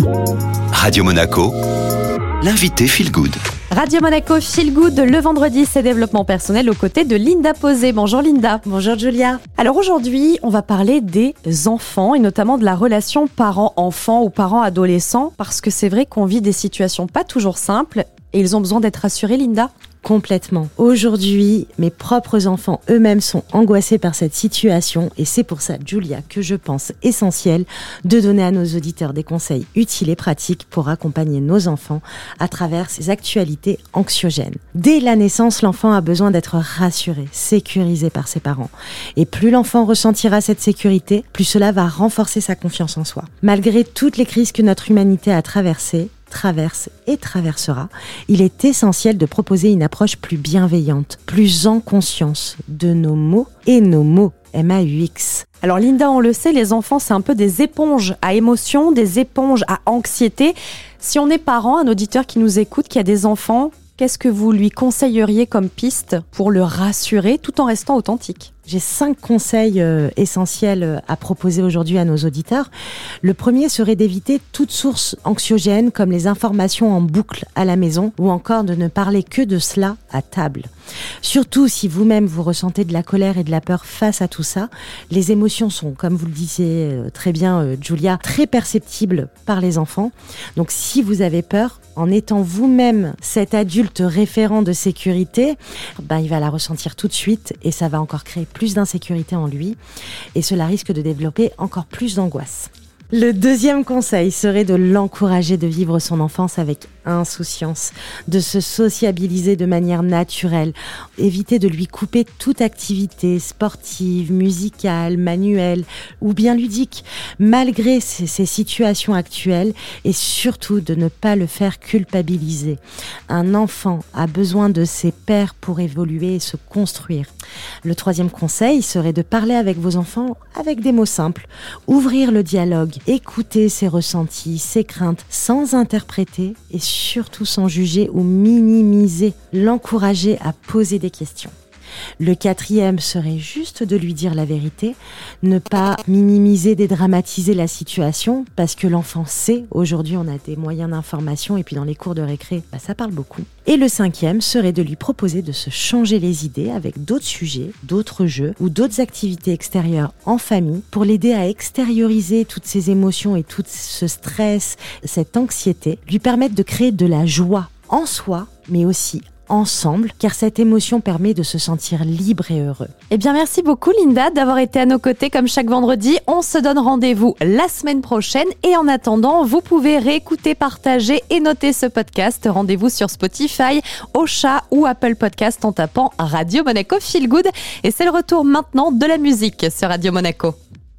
Radio Monaco, l'invité Feel Good. Radio Monaco Feel Good, le vendredi, c'est développement personnel aux côtés de Linda Posé. Bonjour Linda. Bonjour Julia. Alors aujourd'hui, on va parler des enfants et notamment de la relation parents-enfants ou parents-adolescents parce que c'est vrai qu'on vit des situations pas toujours simples et ils ont besoin d'être rassurés, Linda. Complètement. Aujourd'hui, mes propres enfants eux-mêmes sont angoissés par cette situation et c'est pour ça, Julia, que je pense essentiel de donner à nos auditeurs des conseils utiles et pratiques pour accompagner nos enfants à travers ces actualités anxiogènes. Dès la naissance, l'enfant a besoin d'être rassuré, sécurisé par ses parents. Et plus l'enfant ressentira cette sécurité, plus cela va renforcer sa confiance en soi. Malgré toutes les crises que notre humanité a traverse et traversera, il est essentiel de proposer une approche plus bienveillante, plus en conscience de nos mots et nos mots, MAUX. Alors Linda, on le sait, les enfants, c'est un peu des éponges à émotions, des éponges à anxiété. Si on est parent, un auditeur qui nous écoute, qui a des enfants, qu'est-ce que vous lui conseilleriez comme piste pour le rassurer tout en restant authentique ? J'ai 5 conseils essentiels à proposer aujourd'hui à nos auditeurs. Le premier serait d'éviter toute source anxiogène comme les informations en boucle à la maison ou encore de ne parler que de cela à table. Surtout si vous-même vous ressentez de la colère et de la peur face à tout ça, les émotions sont, comme vous le disiez très bien Julia, très perceptibles par les enfants. Donc si vous avez peur, en étant vous-même cet adulte référent de sécurité, il va la ressentir tout de suite et ça va encore créer plus d'insécurité en lui et cela risque de développer encore plus d'angoisse. Le deuxième conseil serait de l'encourager de vivre son enfance avec insouciance, de se sociabiliser de manière naturelle, éviter de lui couper toute activité sportive, musicale, manuelle ou bien ludique, malgré ces situations actuelles et surtout de ne pas le faire culpabiliser. Un enfant a besoin de ses pairs pour évoluer et se construire. Le troisième conseil serait de parler avec vos enfants avec des mots simples, ouvrir le dialogue, écouter ses ressentis, ses craintes, sans interpréter et surtout sans juger ou minimiser, l'encourager à poser des questions. Le quatrième serait juste de lui dire la vérité, ne pas minimiser, dédramatiser la situation parce que l'enfant sait, aujourd'hui on a des moyens d'information et puis dans les cours de récré, ça parle beaucoup. Et le cinquième serait de lui proposer de se changer les idées avec d'autres sujets, d'autres jeux ou d'autres activités extérieures en famille pour l'aider à extérioriser toutes ces émotions et tout ce stress, cette anxiété, lui permettre de créer de la joie en soi mais aussi ensemble, car cette émotion permet de se sentir libre et heureux. Eh bien, merci beaucoup Linda d'avoir été à nos côtés comme chaque vendredi. On se donne rendez-vous la semaine prochaine et en attendant, vous pouvez réécouter, partager et noter ce podcast. Rendez-vous sur Spotify, Ocha ou Apple Podcast en tapant Radio Monaco Feel Good. Et c'est le retour maintenant de la musique sur Radio Monaco.